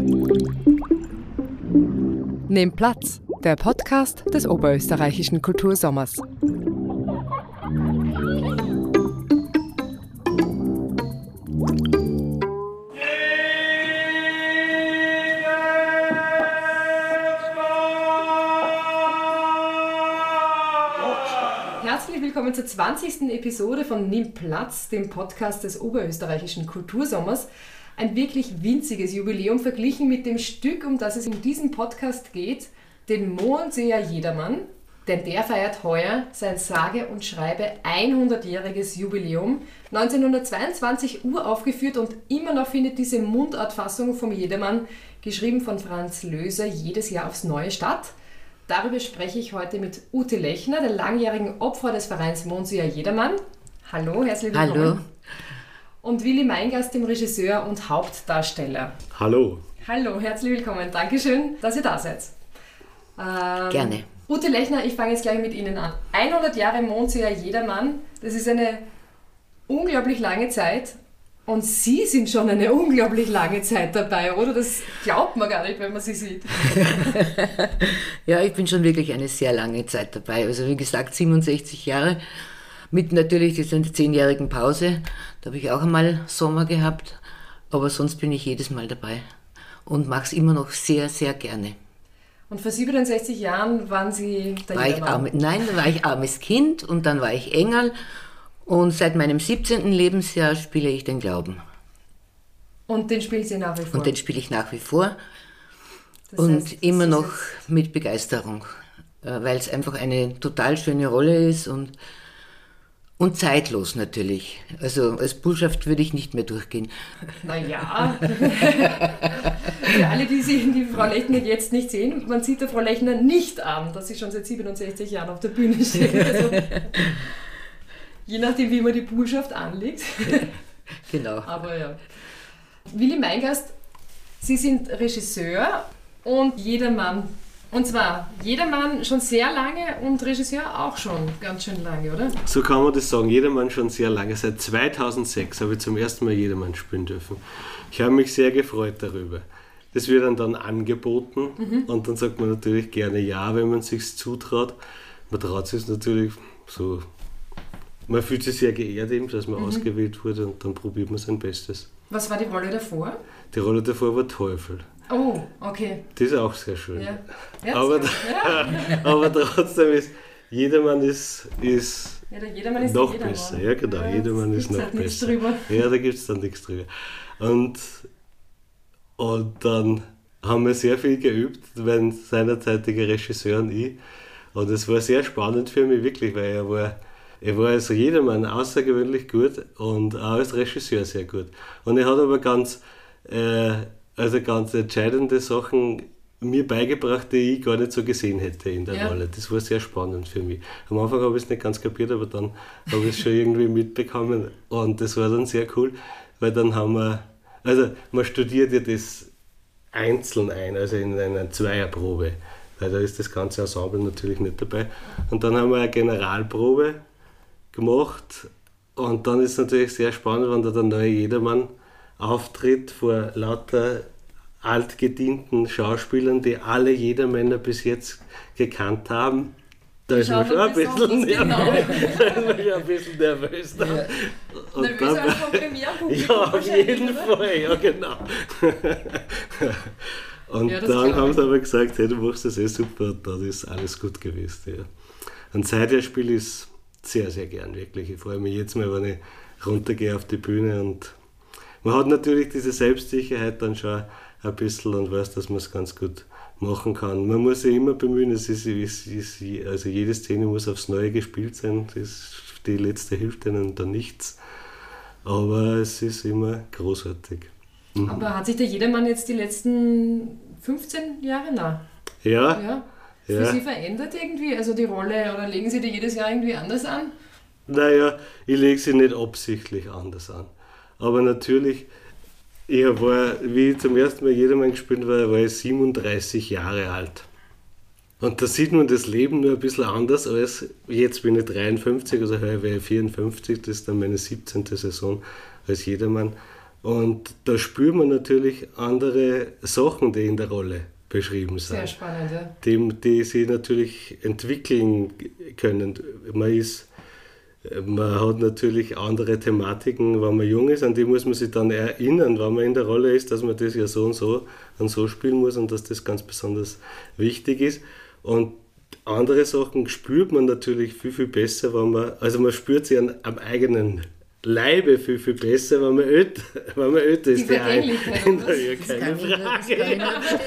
Nehmt Platz, der Podcast des Oberösterreichischen Kultursommers. Herzlich willkommen zur 20. Episode von Nimm Platz, dem Podcast des Oberösterreichischen Kultursommers. Ein wirklich winziges Jubiläum verglichen mit dem Stück, um das es in diesem Podcast geht, den Mohnseer Jedermann, denn der feiert heuer sein sage und schreibe 100-jähriges Jubiläum. 1922 uraufgeführt und immer noch findet diese Mundartfassung vom Jedermann, geschrieben von Franz Löser, jedes Jahr aufs Neue statt. Darüber spreche ich heute mit Ute Lechner, der langjährigen Opfer des Vereins Mohnseer Jedermann. Hallo, herzlich willkommen. Hallo. Und Willi Meingast, dem Regisseur und Hauptdarsteller. Hallo. Hallo, herzlich willkommen. Dankeschön, dass ihr da seid. Gerne. Ute Lechner, ich fange jetzt gleich mit Ihnen an. 100 Jahre Mohnseer Jedermann, das ist eine unglaublich lange Zeit. Und Sie sind schon eine unglaublich lange Zeit dabei, oder? Das glaubt man gar nicht, wenn man Sie sieht. Ja, ich bin schon wirklich eine sehr lange Zeit dabei. Also wie gesagt, 67 Jahre. Mit natürlich dieser 10-jährigen Pause. Da habe ich auch einmal Sommer gehabt. Aber sonst bin ich jedes Mal dabei. Und mache es immer noch sehr, sehr gerne. Und vor 67 Jahren waren Sie der Jedermann? Nein, da war ich armes Kind und dann war ich Engel. Und seit meinem 17. Lebensjahr spiele ich den Glauben. Und den spielen Sie nach wie vor? Und den spiele ich nach wie vor. Das und heißt, immer noch mit Begeisterung. Weil es einfach eine total schöne Rolle ist und zeitlos natürlich. Also als Bullschaft würde ich nicht mehr durchgehen. Naja, für alle, die Frau Lechner jetzt nicht sehen, man sieht der Frau Lechner nicht an, dass sie schon seit 67 Jahren auf der Bühne steht. Also, je nachdem, wie man die Bullschaft anlegt. Genau. Aber ja. Willi Meingast, Sie sind Regisseur und Jedermann. Und zwar Jedermann schon sehr lange und Regisseur auch schon ganz schön lange, oder? So kann man das sagen, Jedermann schon sehr lange. Seit 2006 habe ich zum ersten Mal Jedermann spielen dürfen. Ich habe mich sehr gefreut darüber. Das wird dann angeboten und dann sagt man natürlich gerne ja, wenn man es sich zutraut. Man traut sich natürlich so, man fühlt sich sehr geehrt eben, dass man ausgewählt wurde und dann probiert man sein Bestes. Was war die Rolle davor? Die Rolle davor war Teufel. Oh, okay. Das ist auch sehr schön. Ja. Aber trotzdem ist Jedermann ist ja, der Jedermann ist noch der Jedermann. besser. Ja, genau, Ja, Jedermann ist noch halt nichts besser. drüber. Ja, da gibt es dann nichts drüber. Und dann haben wir sehr viel geübt, mein seinerzeitiger Regisseur und ich. Und es war sehr spannend für mich, wirklich, weil er war also Jedermann außergewöhnlich gut und auch als Regisseur sehr gut. Und er hat aber ganz entscheidende Sachen mir beigebracht, die ich gar nicht so gesehen hätte in der Rolle. Das war sehr spannend für mich. Am Anfang habe ich es nicht ganz kapiert, aber dann habe ich es schon irgendwie mitbekommen und das war dann sehr cool, weil dann haben wir, also man studiert ja das einzeln ein, also in einer Zweierprobe, weil da ist das ganze Ensemble natürlich nicht dabei. Und dann haben wir eine Generalprobe gemacht und dann ist es natürlich sehr spannend, wenn da der neue Jedermann auftritt vor lauter altgedienten Schauspielern, die alle Jedermänner bis jetzt gekannt haben. Da ist man schon ein bisschen nervös. Ja. Und nervös dann, als vom Premierenpublikum. ja, auf jeden Fall, ja genau. Und ja, dann haben sie aber gesagt, hey, du machst das super und dann ist alles gut gewesen. Ja. Und seither spiele ich es sehr, sehr gern, wirklich. Ich freue mich jetzt mal, wenn ich runtergehe auf die Bühne und man hat natürlich diese Selbstsicherheit dann schon ein bisschen und weiß, dass man es ganz gut machen kann. Man muss sich immer bemühen, also jede Szene muss aufs Neue gespielt sein, die letzte hilft einem dann nichts, aber es ist immer großartig. Aber hat sich der Jedermann jetzt die letzten 15 Jahre für Sie verändert irgendwie? Also die Rolle, oder legen Sie die jedes Jahr irgendwie anders an? Naja, ich lege sie nicht absichtlich anders an. Aber natürlich, wie ich zum ersten Mal Jedermann gespielt war, war ich 37 Jahre alt. Und da sieht man das Leben nur ein bisschen anders als, jetzt bin ich 53, also heuer wäre ich 54, das ist dann meine 17. Saison als Jedermann. Und da spürt man natürlich andere Sachen, die in der Rolle beschrieben sind. Sehr spannend, ja. Die sich natürlich entwickeln können. Man hat natürlich andere Thematiken, wenn man jung ist, an die muss man sich dann erinnern, wenn man in der Rolle ist, dass man das ja so und so spielen muss und dass das ganz besonders wichtig ist. Und andere Sachen spürt man natürlich viel, viel besser, man spürt sie am eigenen Leibe viel, viel besser, wenn man älter ist. Die Vergänglichkeit, oder? Ja, keine Frage.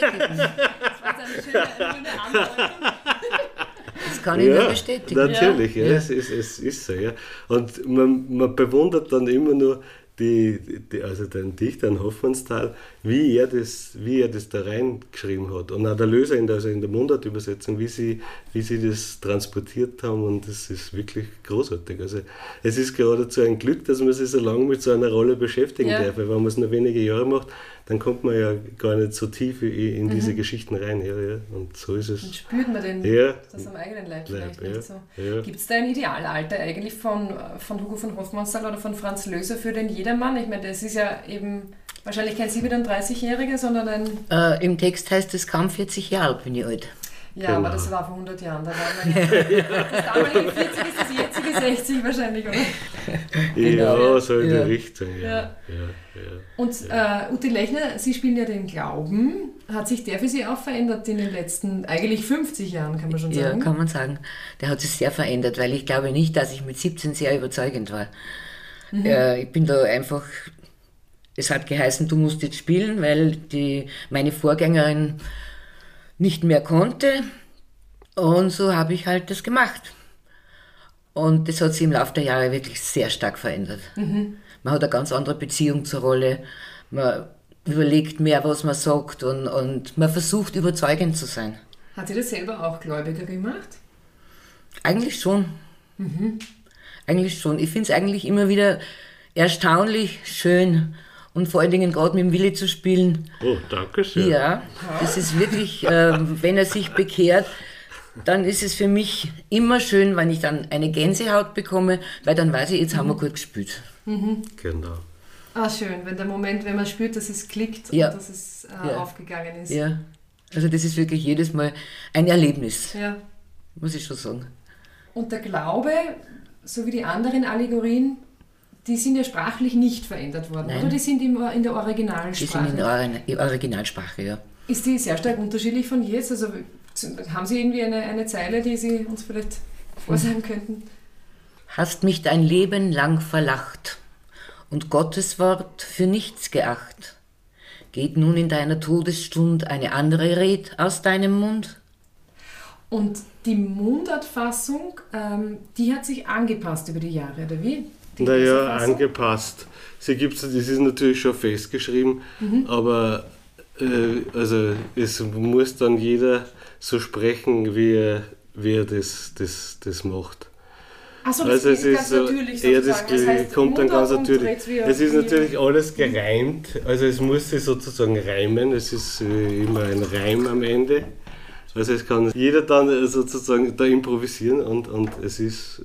Das kann ich nur bestätigen. Natürlich, ja. Es ist so. Ja. Und man bewundert dann immer nur also den Dichter in Hoffmannsthal, wie er das da reingeschrieben hat. Und auch der Löser in der Mundartübersetzung, wie sie das transportiert haben, und das ist wirklich großartig. Also es ist geradezu ein Glück, dass man sich so lange mit so einer Rolle beschäftigen darf, weil wenn man es nur wenige Jahre macht, dann kommt man ja gar nicht so tief in diese Geschichten rein. Ja. Und so ist es. Dann spürt man das am eigenen Leib vielleicht nicht so. Ja. Gibt es da ein Idealalter eigentlich von Hugo von Hofmannsthal oder von Franz Löser für den Jedermann? Ich meine, das ist ja eben wahrscheinlich kein 37-Jähriger, sondern ein... Im Text heißt es, kaum 40 Jahre bin ich alt. Ja, genau. Aber das war vor 100 Jahren. Da war man das damalige 40 ist das jetzige 60 wahrscheinlich, oder? Ja, so in die Richtung, ja. Und Ute Lechner, Sie spielen ja den Glauben. Hat sich der für Sie auch verändert in den letzten, eigentlich 50 Jahren, kann man schon sagen? Ja, kann man sagen. Der hat sich sehr verändert, weil ich glaube nicht, dass ich mit 17 sehr überzeugend war. Ich bin da einfach... Es hat geheißen, du musst jetzt spielen, weil meine Vorgängerin nicht mehr konnte, und so habe ich halt das gemacht. Und das hat sich im Laufe der Jahre wirklich sehr stark verändert. Man hat eine ganz andere Beziehung zur Rolle, man überlegt mehr, was man sagt, und man versucht überzeugend zu sein. Hat sie das selber auch gläubiger gemacht? Eigentlich schon. Eigentlich schon. Ich finde es eigentlich immer wieder erstaunlich schön, und vor allen Dingen gerade mit dem Willi zu spielen. Oh, danke schön. Ja, das ist wirklich, wenn er sich bekehrt, dann ist es für mich immer schön, wenn ich dann eine Gänsehaut bekomme, weil dann weiß ich, jetzt haben wir gut gespielt. Genau. Ah, schön, wenn man spürt, dass es klickt und dass es aufgegangen ist. Ja, also das ist wirklich jedes Mal ein Erlebnis, muss ich schon sagen. Und der Glaube, so wie die anderen Allegorien, die sind ja sprachlich nicht verändert worden, Nein. oder? Die sind in der Originalsprache. Die sind in der Originalsprache, ja. Ist die sehr stark unterschiedlich von jetzt? Also haben Sie irgendwie eine Zeile, die Sie uns vielleicht vorsagen könnten? Hast mich dein Leben lang verlacht und Gottes Wort für nichts geacht. Geht nun in deiner Todesstund eine andere Red aus deinem Mund? Und die Mundartfassung, die hat sich angepasst über die Jahre, oder wie? Naja, angepasst. Das ist natürlich schon festgeschrieben, aber also es muss dann jeder so sprechen, wie er das macht. Achso, das also ist ganz so, natürlich sozusagen. Das heißt, kommt dann ganz natürlich. Es ist wie natürlich alles gereimt, also es muss sich sozusagen reimen, es ist immer ein Reim am Ende. Also es kann jeder dann sozusagen da improvisieren, und es ist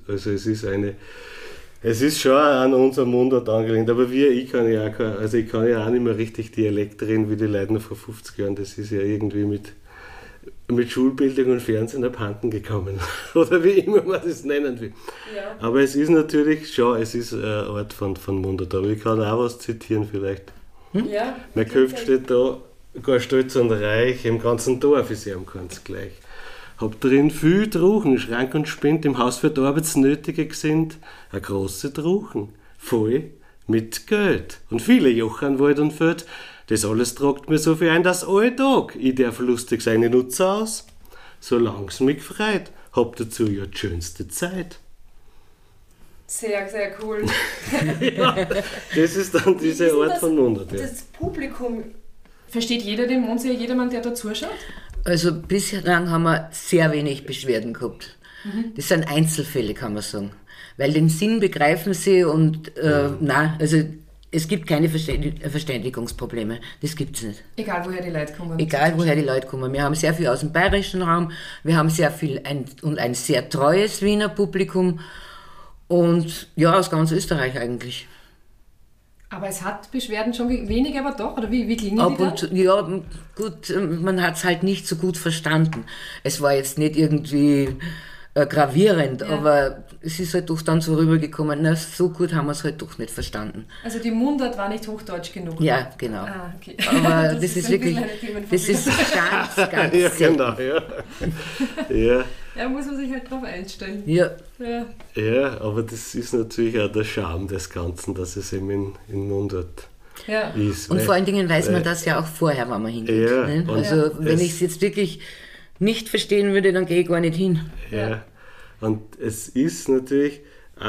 schon an unserem Mundart angelehnt, aber ich kann ja auch nicht mehr richtig Dialekt reden wie die Leute noch vor 50 Jahren. Das ist ja irgendwie mit Schulbildung und Fernsehen abhanden gekommen. Oder wie immer man das nennen will. Ja. Aber es ist natürlich schon, es ist eine Art von Mundart. Aber ich kann auch was zitieren vielleicht. Ja, mein Köpf steht da, gar stolz und reich, im ganzen Dorf ist er am ganz gleich. Hab drin viel Truchen, Schrank und Spind, im Haus für die Arbeitsnötige gesinnt, a große Truchen, voll mit Geld und viele Jochern Wald und Feld. Das alles tragt mir so viel ein, dass alle Tag ich darf lustig seine Nutzer aus. Solang's mich freut, hab dazu ja die schönste Zeit. Sehr, sehr cool. Ja, das ist dann diese Art von Mundart. Ja. Das Publikum, versteht jeder den Mund, jedermann, der da zuschaut? Also bislang haben wir sehr wenig Beschwerden gehabt. Das sind Einzelfälle, kann man sagen. Weil den Sinn begreifen sie und also es gibt keine Verständigungsprobleme. Das gibt es nicht. Egal woher die Leute kommen. Egal woher die Leute kommen. Wir haben sehr viel aus dem bayerischen Raum, wir haben sehr viel ein sehr treues Wiener Publikum und ja, aus ganz Österreich eigentlich. Aber es hat Beschwerden schon weniger, aber doch, oder wie klingen die dann? Ja, gut, man hat es halt nicht so gut verstanden. Es war jetzt nicht irgendwie gravierend, aber es ist halt doch dann so rübergekommen, na, so gut haben wir es halt doch nicht verstanden. Also die Mundart war nicht hochdeutsch genug? Ja, genau. Ah, okay. Aber das ist wirklich, das ist ganz Ja, selten. genau, ja. Ja. Ja, muss man sich halt drauf einstellen. Ja, Ja, aber das ist natürlich auch der Charme des Ganzen, dass es eben in Mundart Ja. ist. und weil- vor allen Dingen weiß man weil- das ja auch vorher, wenn man hingeht. Ja, Ne? und Also wenn es- ich es jetzt wirklich nicht verstehen würde, dann gehe ich gar nicht hin. Ja, und es ist natürlich,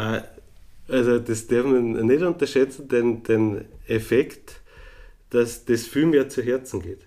also das darf man nicht unterschätzen, den Effekt, dass das viel mehr zu Herzen geht.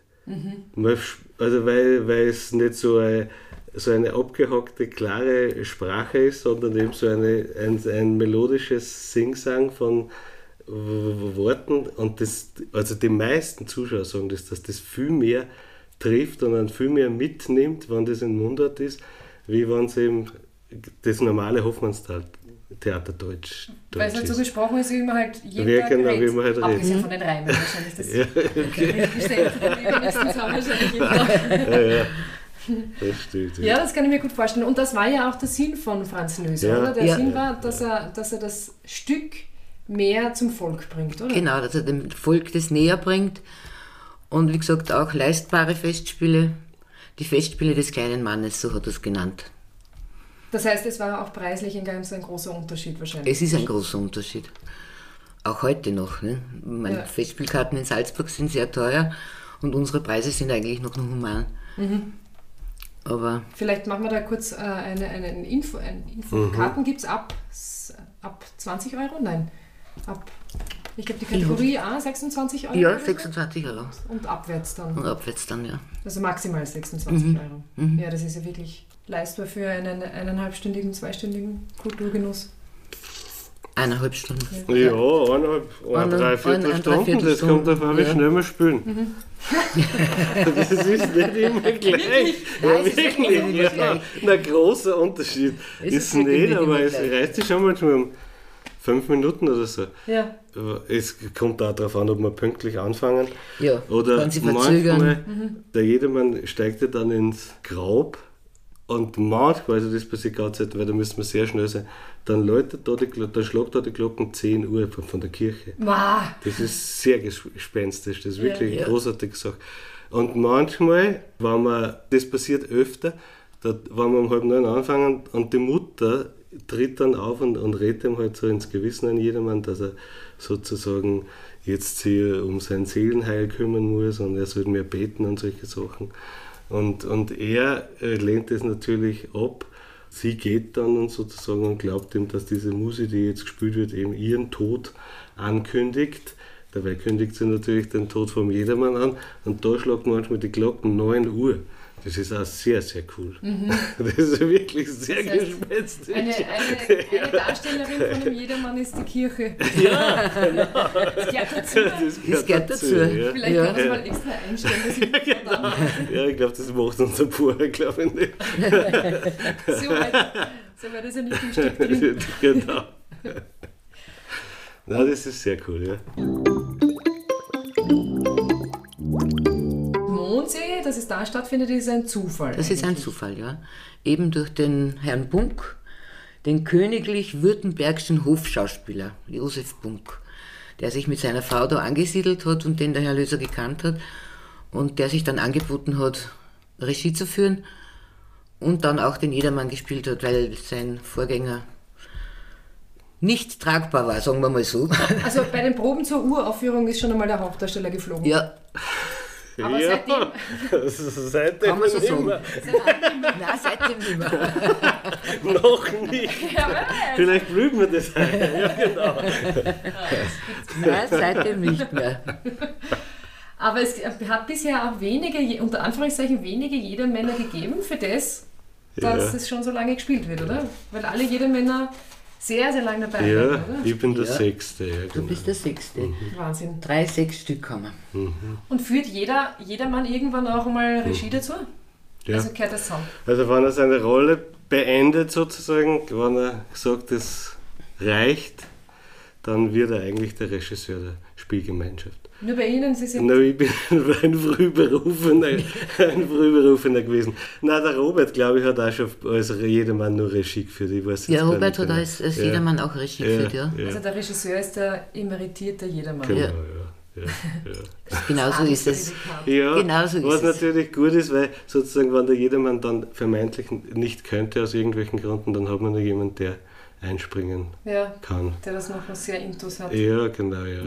Also weil es nicht so eine abgehackte, klare Sprache ist, sondern eben so ein melodisches Singsang von Worten. Und also die meisten Zuschauer sagen das, dass das viel mehr trifft und dann viel mehr mitnimmt, wenn das in Mundart ist, wie wenn es eben das normale Hofmannsthal-Theater Deutsch Weil es halt so ist. gesprochen ist, wie man halt jeden Ja, Tag genau, redet. wie man halt redet. Abgesehen von den Reimen wahrscheinlich. Das Ja, okay. gestellt, die wenigstens haben wahrscheinlich jeden Tag. Ja. Das stimmt. Ja, das kann ich mir gut vorstellen. Und das war ja auch der Sinn von Franz Löser, Ja. oder? Der Ja. Sinn war, dass er das Stück mehr zum Volk bringt, oder? Genau, dass er dem Volk das näher bringt. Und wie gesagt, auch leistbare Festspiele. Die Festspiele des kleinen Mannes, so hat er es genannt. Das heißt, es war auch preislich ein ganz ein großer Unterschied wahrscheinlich. Es ist ein großer Unterschied. Auch heute noch. Ne? Meine Ja. Festspielkarten in Salzburg sind sehr teuer und unsere Preise sind eigentlich noch human. Aber Vielleicht machen wir da kurz eine Info. Karten gibt es ab 20 Euro? Nein. Ich glaube, die Kategorie A 26 Euro. ja, oder so? 26 Euro. Und abwärts dann. Und abwärts dann, ja. Also maximal 26 Euro. Ja, das ist ja wirklich leistbar für einen 1,5-stündigen, 2-stündigen Kulturgenuss. 1,5 Stunden. Ja, dreiviertel Stunden, das kommt darauf an, wie schnell wir spielen. Das ist nicht immer gleich. Ja, Nein, es ist wirklich nicht immer ja. gleich. Ein großer Unterschied Es ist ist wirklich nicht, nicht aber immer es gleich. reicht sich schon manchmal um 5 Minuten oder so. Ja. Aber es kommt auch darauf an, ob wir pünktlich anfangen. Ja, Oder kann sie verzögern. manchmal, der Jedermann steigt ja dann ins Grab und manchmal, also das passiert ganz selten, weil da müssen wir sehr schnell sein, dann läutet da dann schlägt da die Glocken 10 Uhr von der Kirche. Wow. Das ist sehr gespenstisch, das ist wirklich Ja. eine großartige Sache. Und manchmal, das passiert öfter, wenn wir um 8:30 anfangen und die Mutter tritt dann auf und redet ihm halt so ins Gewissen an jedermann, dass er sozusagen jetzt sich um sein Seelenheil kümmern muss und er soll mehr beten und solche Sachen. Und er lehnt das natürlich ab. Sie geht dann und sozusagen und glaubt ihm, dass diese Musik, die jetzt gespielt wird, eben ihren Tod ankündigt. Dabei kündigt sie natürlich den Tod vom Jedermann an und da schlägt manchmal die Glocken 9 Uhr. Das ist auch sehr, sehr cool. Das ist wirklich sehr Das heißt, gespenstisch. Eine Darstellerin von dem Jedermann ist die Kirche. Ja, genau. Das gehört dazu. Das gehört dazu. Ja. Vielleicht Ja. kann man es mal extra einstellen, dass ich dann Ja, ich glaube, das macht unser Pfarrer, glaube ich nicht. so weit ist ja nicht im Stück drin. Genau. Na, das ist sehr cool, ja. Mondsee, dass es da stattfindet, ist ein Zufall. Das ist ein Zufall, ja. Eben durch den Herrn Bunk, den königlich-württembergischen Hofschauspieler, Josef Bunk, der sich mit seiner Frau da angesiedelt hat und den der Herr Löser gekannt hat und der sich dann angeboten hat, Regie zu führen und dann auch den Jedermann gespielt hat, weil sein Vorgänger nicht tragbar war, sagen wir mal so. Also bei den Proben zur Uraufführung ist schon einmal der Hauptdarsteller geflogen. Ja, Aber ja, seitdem kann man so nicht sagen. mehr. Nein, seitdem nicht mehr. Noch nicht. Vielleicht blüht mir das ein. Ja, genau. Nein, seitdem nicht mehr. Aber es hat bisher auch wenige, unter Anführungszeichen wenige Jedermänner gegeben für das, dass Ja. es schon so lange gespielt wird, oder? Weil alle Jedermänner sehr, sehr lange dabei Ja, waren, oder? ich bin der Ja. Sechste. Ja, Du genau. bist der Sechste. Wahnsinn. 6 Stück haben wir. Und führt jedermann irgendwann auch mal Regie dazu? Ja. Also gehört das zusammen? Also wenn er seine Rolle beendet sozusagen, wenn er sagt, es reicht, dann wird er eigentlich der Regisseur. Der Spielgemeinschaft. Nur bei Ihnen, Sie sind... Na, ich bin ein Frühberufener gewesen. Na, der Robert, glaube ich, hat auch schon als Jedermann nur Regie geführt. Ich weiß ja, Robert hat als Jedermann auch Regie geführt, ja. Also der Regisseur ist der emeritierte Jedermann. Genau, Ja. Genau so ist es. Ja, Genau so was ist es. natürlich gut ist, weil sozusagen, wenn der Jedermann dann vermeintlich nicht könnte aus irgendwelchen Gründen, dann hat man da jemanden, der einspringen kann. Der das noch sehr intus hat. Ja, genau, ja.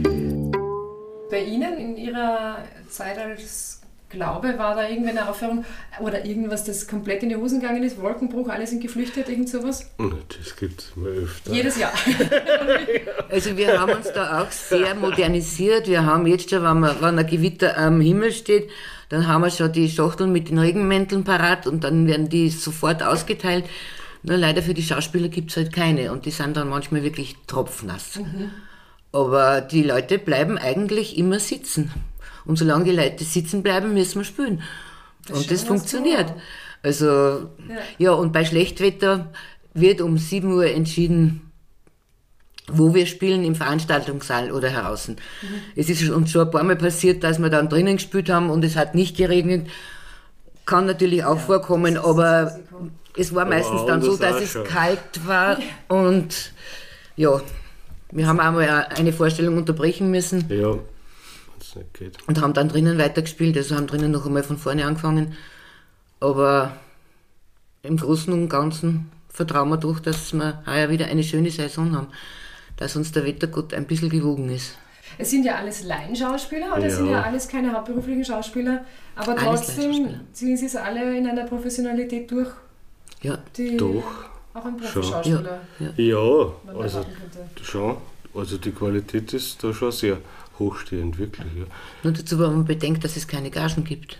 Bei Ihnen in Ihrer Zeit als Glaube war da irgendwann eine Aufführung oder irgendwas, das komplett in die Hosen gegangen ist? Wolkenbruch, alle sind geflüchtet, irgend sowas? Das gibt es mal öfter. Jedes Jahr. Also wir haben uns da auch sehr modernisiert. Wir haben jetzt schon, wenn ein Gewitter am Himmel steht, dann haben wir schon die Schachteln mit den Regenmänteln parat und dann werden die sofort ausgeteilt. Nur leider für die Schauspieler gibt es halt keine und die sind dann manchmal wirklich tropfnass. Aber die Leute bleiben eigentlich immer sitzen. Und solange die Leute sitzen bleiben, müssen wir spielen. Und das funktioniert. Also, ja, und bei Schlechtwetter wird um 7 Uhr entschieden, wo wir spielen, im Veranstaltungssaal oder draußen. Es ist uns schon ein paar Mal passiert, dass wir dann drinnen gespielt haben und es hat nicht geregnet. Kann natürlich auch vorkommen, aber es war meistens dann so, dass es kalt war und ja, wir haben einmal eine Vorstellung unterbrechen müssen. Ja. Nicht geht. Und haben dann drinnen weitergespielt, also haben drinnen noch einmal von vorne angefangen. Aber im Großen und Ganzen vertrauen wir doch, dass wir heuer wieder eine schöne Saison haben, dass uns der Wettergott ein bisschen gewogen ist. Es sind ja alles Laienschauspieler oder sind ja alles keine hauptberuflichen Schauspieler, aber trotzdem ziehen sie es alle in einer Professionalität durch. Ja, doch. Auch ein Profischauspieler. Ja, also schon. Also die Qualität ist da schon sehr hochstehend, wirklich. Ja. Nur dazu, wenn man bedenkt, dass es keine Gagen gibt.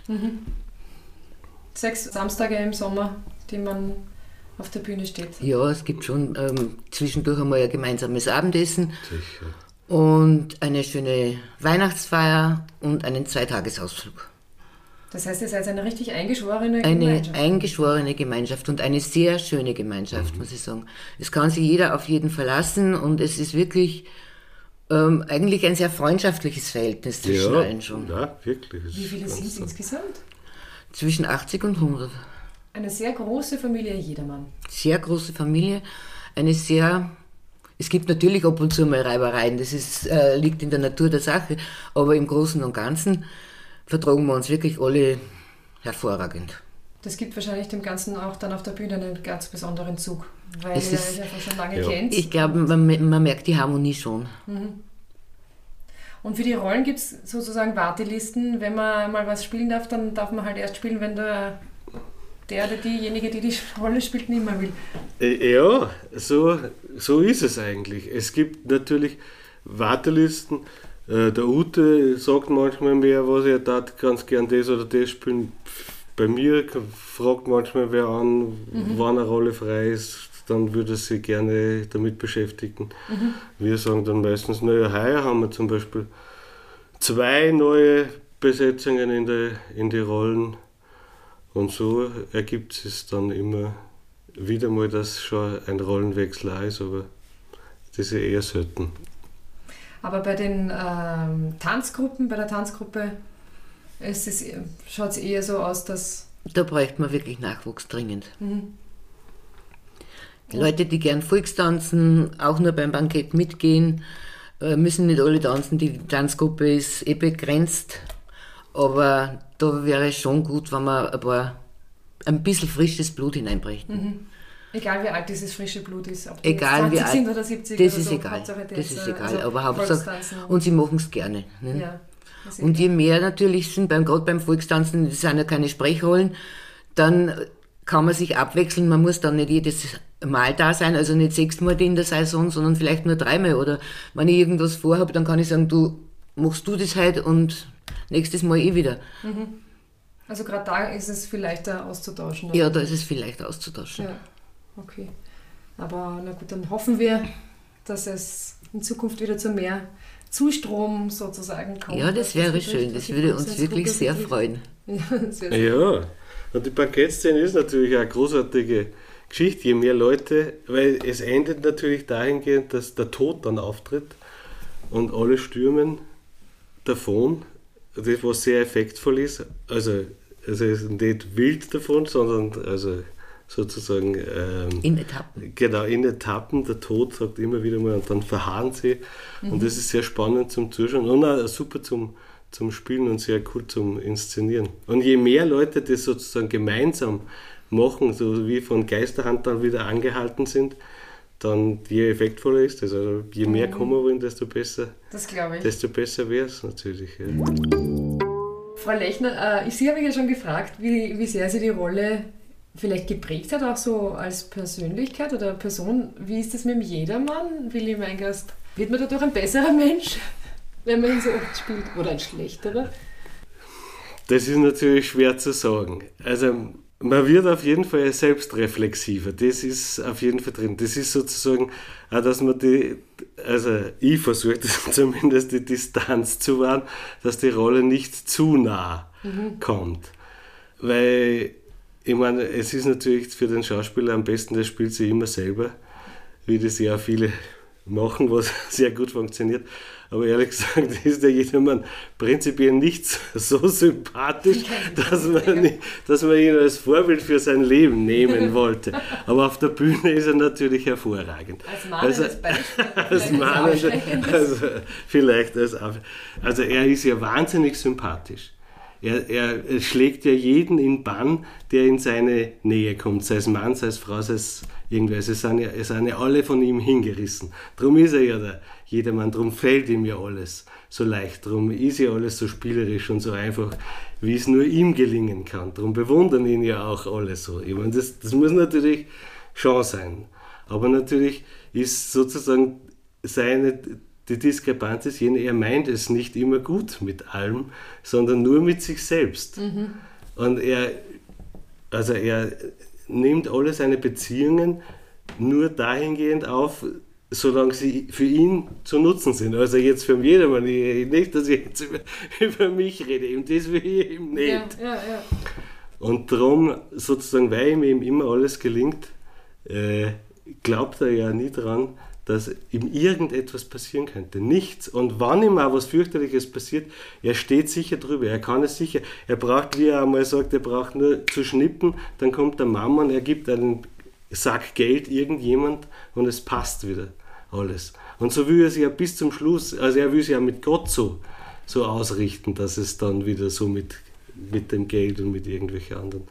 6 Samstage im Sommer, die man auf der Bühne steht. Ja, es gibt schon zwischendurch einmal ein gemeinsames Abendessen. Sicher. Und eine schöne Weihnachtsfeier und einen 2-Tagesausflug. Das heißt, ihr seid eine richtig eingeschworene Gemeinschaft. Eine eingeschworene Gemeinschaft und eine sehr schöne Gemeinschaft, muss ich sagen. Es kann sich jeder auf jeden verlassen und es ist wirklich eigentlich ein sehr freundschaftliches Verhältnis zwischen allen schon. Ja, wirklich. Wie viele sind es insgesamt? Zwischen 80 und 100. Eine sehr große Familie, Jedermann. Sehr große Familie, es gibt natürlich ab und zu mal Reibereien, das liegt in der Natur der Sache, aber im Großen und Ganzen vertragen wir uns wirklich alle hervorragend. Das gibt wahrscheinlich dem Ganzen auch dann auf der Bühne einen ganz besonderen Zug, weil ihr euch einfach schon lange kennt. Ich glaube, man merkt die Harmonie schon. Und für die Rollen gibt es sozusagen Wartelisten. Wenn man mal was spielen darf, dann darf man halt erst spielen, wenn der oder diejenige, die Rolle spielt, nicht mehr will. Ja, so ist es eigentlich. Es gibt natürlich Wartelisten. Der Ute sagt manchmal mehr, was er tat, ganz gern das oder das spielen. Bei mir fragt manchmal wer an, wann eine Rolle frei ist, dann würde er sich gerne damit beschäftigen. Wir sagen dann meistens, naja, heuer haben wir zum Beispiel 2 neue Besetzungen in die Rollen und so ergibt es dann immer wieder mal, dass schon ein Rollenwechsel ist, aber das ist eher selten. Aber bei den Tanzgruppen, bei der Tanzgruppe schaut es eher so aus, dass... Da bräuchte man wirklich Nachwuchs dringend. Leute, die gern Volkstanzen, auch nur beim Bankett mitgehen, müssen nicht alle tanzen. Die Tanzgruppe ist begrenzt, aber da wäre es schon gut, wenn man ein bisschen frisches Blut hineinbrächte. Egal wie alt dieses frische Blut ist, ob egal wie alt, sind oder 70 das oder ist so. egal. Das ist egal, also aber Hauptsache, und sie machen es gerne. Ne? Ja, und je mehr natürlich sind, gerade beim Volkstanzen, das sind ja keine Sprechrollen, dann kann man sich abwechseln, man muss dann nicht jedes Mal da sein, also nicht 6 Mal in der Saison, sondern vielleicht nur 3 Mal. Oder wenn ich irgendwas vorhabe, dann kann ich sagen, machst du das heute und nächstes Mal wieder. Also gerade da ist es viel leichter auszutauschen. Ja, da ist es viel leichter auszutauschen. Ja, okay. Aber na gut, dann hoffen wir, dass es in Zukunft wieder zu mehr Zustrom sozusagen kommt. Ja, das wäre schön, das würde uns wirklich sehr freuen. Ja, das wäre schön. Ja, und die Bankettszene ist natürlich eine großartige Geschichte, je mehr Leute, weil es endet natürlich dahingehend, dass der Tod dann auftritt und alle stürmen davon, das was sehr effektvoll ist, also nicht wild davon, sondern also sozusagen in Etappen. Genau, in Etappen. Der Tod sagt immer wieder mal und dann verharren sie. Und das ist sehr spannend zum Zuschauen und auch super zum Spielen und sehr cool zum Inszenieren. Und je mehr Leute das sozusagen gemeinsam machen, so wie von Geisterhand dann wieder angehalten sind, dann je effektvoller ist das. Also je mehr kommen wollen, desto besser. Das glaube ich. Desto besser wäre es natürlich. Ja. Frau Lechner, Sie habe ja schon gefragt, wie sehr Sie die Rolle vielleicht geprägt hat, auch so als Persönlichkeit oder Person. Wie ist das mit dem Jedermann, Willi Meingast? Wird man dadurch ein besserer Mensch, wenn man ihn so oft spielt, oder ein schlechterer? Das ist natürlich schwer zu sagen. Also man wird auf jeden Fall selbstreflexiver, das ist auf jeden Fall drin. Das ist sozusagen auch, dass man ich versuche das zumindest, die Distanz zu wahren, dass die Rolle nicht zu nah kommt. Weil, ich meine, es ist natürlich für den Schauspieler am besten, der spielt sich immer selber, wie das ja viele machen, was sehr gut funktioniert. Aber ehrlich gesagt ist der Jedermann prinzipiell nicht so sympathisch, dass man ihn als Vorbild für sein Leben nehmen wollte. Aber auf der Bühne ist er natürlich hervorragend. Als Beispiel. Also er ist ja wahnsinnig sympathisch. Er schlägt ja jeden in Bann, der in seine Nähe kommt, sei es Mann, sei es Frau, sei es irgendwer. Es sind ja alle von ihm hingerissen. Darum ist er ja der Jedermann, darum fällt ihm ja alles so leicht, darum ist ja alles so spielerisch und so einfach, wie es nur ihm gelingen kann. Darum bewundern ihn ja auch alle so. Ich meine, das muss natürlich schon sein. Aber natürlich ist sozusagen die Diskrepanz ist jene, er meint es nicht immer gut mit allem, sondern nur mit sich selbst. Und er nimmt alle seine Beziehungen nur dahingehend auf, solange sie für ihn zu nutzen sind. Also jetzt für jedermann, nicht, dass ich jetzt über mich rede, eben das will ich eben nicht. Ja. Und darum, sozusagen, weil ihm eben immer alles gelingt, glaubt er ja nie dran, dass ihm irgendetwas passieren könnte. Nichts. Und wann ihm auch was fürchterliches passiert, er steht sicher drüber, er kann es sicher. Er braucht, wie er einmal sagt, er braucht nur zu schnippen, dann kommt der Mammon, er gibt einen Sack Geld irgendjemand und es passt wieder alles. Und so will er sich ja bis zum Schluss, also er will sich ja mit Gott so ausrichten, dass es dann wieder so mit dem Geld und mit irgendwelchen anderen.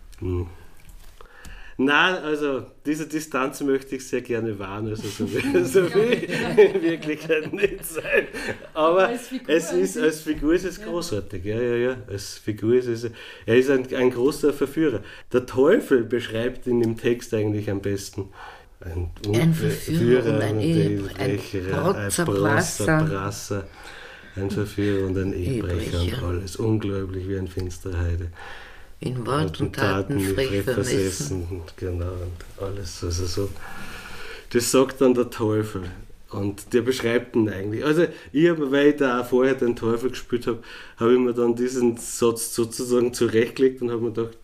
Nein, also diese Distanz möchte ich sehr gerne wahren, also so will in Wirklichkeit nicht sein. Aber als Figur ist es großartig. Ja. Als Figur ist es, er ist ein großer Verführer. Der Teufel beschreibt ihn im Text eigentlich am besten. Ein Verführer und ein Ehebrecher, ein Brasser, ein Verführer und ein Ehebrecher und alles. Unglaublich wie ein finsterer Heide. In Wort und Taten frech vermessen. Genau, und alles. Also so. Das sagt dann der Teufel. Und der beschreibt ihn eigentlich. Also, weil ich da auch vorher den Teufel gespielt habe, habe ich mir dann diesen Satz sozusagen zurechtgelegt und habe mir gedacht,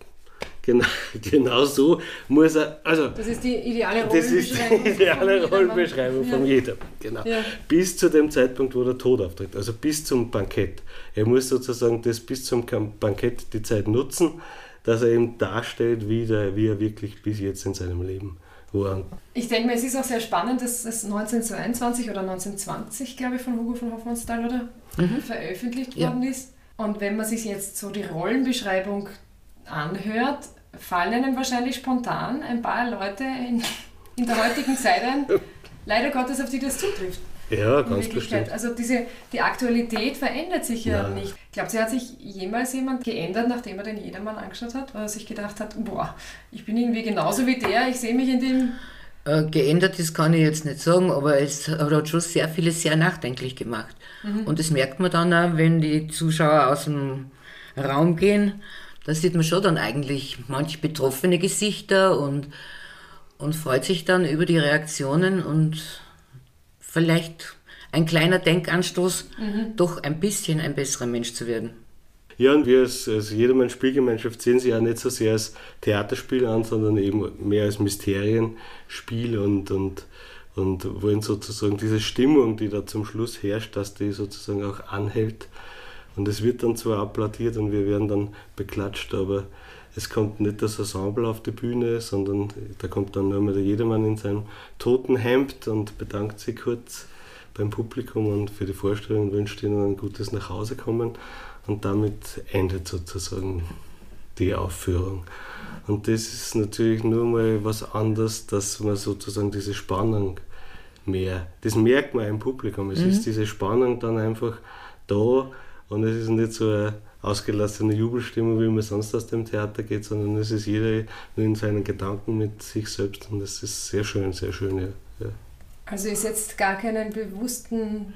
genau so muss er. Also, das ist die ideale Rollenbeschreibung. Das ist die ideale Rollenbeschreibung von jedem. Genau. Ja. Bis zu dem Zeitpunkt, wo der Tod auftritt, also bis zum Bankett. Er muss sozusagen das bis zum Bankett die Zeit nutzen, dass er eben darstellt, wie er wirklich bis jetzt in seinem Leben war. Ich denke mir, es ist auch sehr spannend, dass es 1922 oder 1920, glaube ich, von Hugo von Hofmannsthal veröffentlicht worden ist. Und wenn man sich jetzt so die Rollenbeschreibung anhört, fallen einem wahrscheinlich spontan ein paar Leute in der heutigen Zeit ein, leider Gottes, auf die das zutrifft. Ja, ganz bestimmt. Also die Aktualität verändert sich ja nicht. Glaubt ihr, hat sich jemals jemand geändert, nachdem er den Jedermann angeschaut hat, weil er sich gedacht hat, boah, ich bin irgendwie genauso wie der, ich sehe mich in dem... Geändert ist, kann ich jetzt nicht sagen, aber es hat schon sehr vieles sehr nachdenklich gemacht. Und das merkt man dann auch, wenn die Zuschauer aus dem Raum gehen. Da sieht man schon dann eigentlich manch betroffene Gesichter und freut sich dann über die Reaktionen und vielleicht ein kleiner Denkanstoß, doch ein bisschen ein besserer Mensch zu werden. Ja, und wir als Jedermann Spielgemeinschaft sehen sie ja nicht so sehr als Theaterspiel an, sondern eben mehr als Mysterienspiel und und wollen sozusagen diese Stimmung, die da zum Schluss herrscht, dass die sozusagen auch anhält. Und es wird dann zwar applaudiert und wir werden dann beklatscht, aber es kommt nicht das Ensemble auf die Bühne, sondern da kommt dann nur mal der Jedermann in seinem Totenhemd und bedankt sich kurz beim Publikum und für die Vorstellung und wünscht ihnen ein gutes Nachhausekommen. Und damit endet sozusagen die Aufführung. Und das ist natürlich nur mal was anderes, dass man sozusagen diese Spannung das merkt man im Publikum. Es ist diese Spannung dann einfach da und es ist nicht so eine ausgelassene Jubelstimmung, wie man sonst aus dem Theater geht, sondern es ist jeder nur in seinen Gedanken mit sich selbst und das ist sehr schön, ja. Also ihr setzt gar keinen bewussten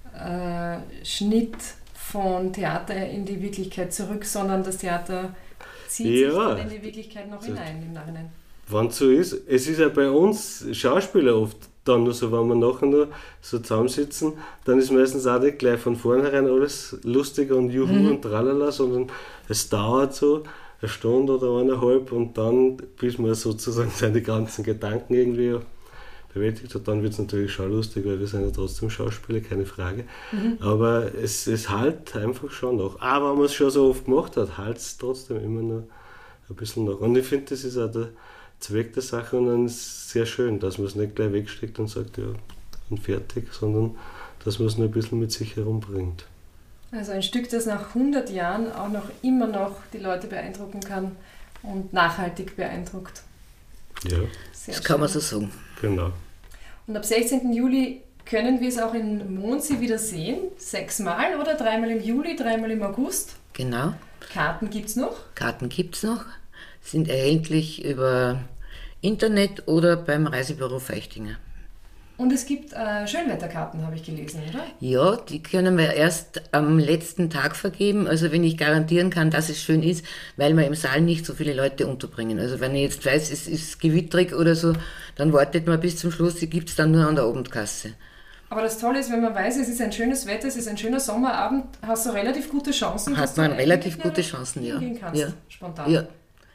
Schnitt von Theater in die Wirklichkeit zurück, sondern das Theater zieht sich dann in die Wirklichkeit noch hinein im Nachhinein. Wenn es so ist, es ist ja bei uns Schauspieler oft dann nur so, wenn wir nachher nur so zusammensitzen, dann ist meistens auch nicht gleich von vornherein alles lustig und juhu und tralala, sondern es dauert so eine Stunde oder 1,5 und dann, bis man sozusagen seine ganzen Gedanken irgendwie bewältigt hat, dann wird es natürlich schon lustig, weil wir sind ja trotzdem Schauspieler, keine Frage. Aber es halt einfach schon noch. Aber wenn man es schon so oft gemacht hat, halt es trotzdem immer noch ein bisschen nach. Und ich finde, das ist auch der Zweck der Sache und dann ist es sehr schön, dass man es nicht gleich wegsteckt und sagt, ja, und fertig, sondern dass man es nur ein bisschen mit sich herumbringt. Also ein Stück, das nach 100 Jahren auch noch immer noch die Leute beeindrucken kann und nachhaltig beeindruckt. Ja, das kann man so sagen. Genau. Und ab 16. Juli können wir es auch in Mondsee wieder sehen. 6-mal oder 3-mal im Juli, 3-mal im August. Genau. Karten gibt es noch? Karten gibt es noch. Sind erhältlich über Internet oder beim Reisebüro Feichtinger. Und es gibt Schönwetterkarten, habe ich gelesen, oder? Ja, die können wir erst am letzten Tag vergeben. Also wenn ich garantieren kann, dass es schön ist, weil wir im Saal nicht so viele Leute unterbringen. Also wenn ich jetzt weiß, es ist gewittrig oder so, dann wartet man bis zum Schluss, die gibt es dann nur an der Abendkasse. Aber das Tolle ist, wenn man weiß, es ist ein schönes Wetter, es ist ein schöner Sommerabend, hast du relativ gute Chancen. Hat man relativ gute Chancen, ja. Kannst, ja. Spontan. Ja.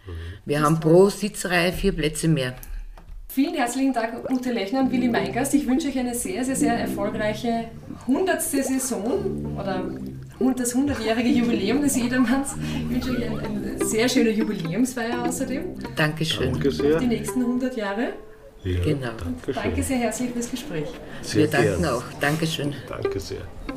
Wir haben pro Sitzreihe 4 Plätze mehr. Vielen herzlichen Dank, Ute Lechner und Willi Meingast. Ich wünsche euch eine sehr, sehr, sehr erfolgreiche 100. Saison oder das 100-jährige Jubiläum des Jedermanns. Ich wünsche euch eine sehr schöne Jubiläumsfeier außerdem. Dankeschön. Danke sehr. Auf die nächsten 100 Jahre. Ja, genau. Dankeschön. Danke sehr herzlich fürs Gespräch. Wir danken auch. Dankeschön. Danke sehr.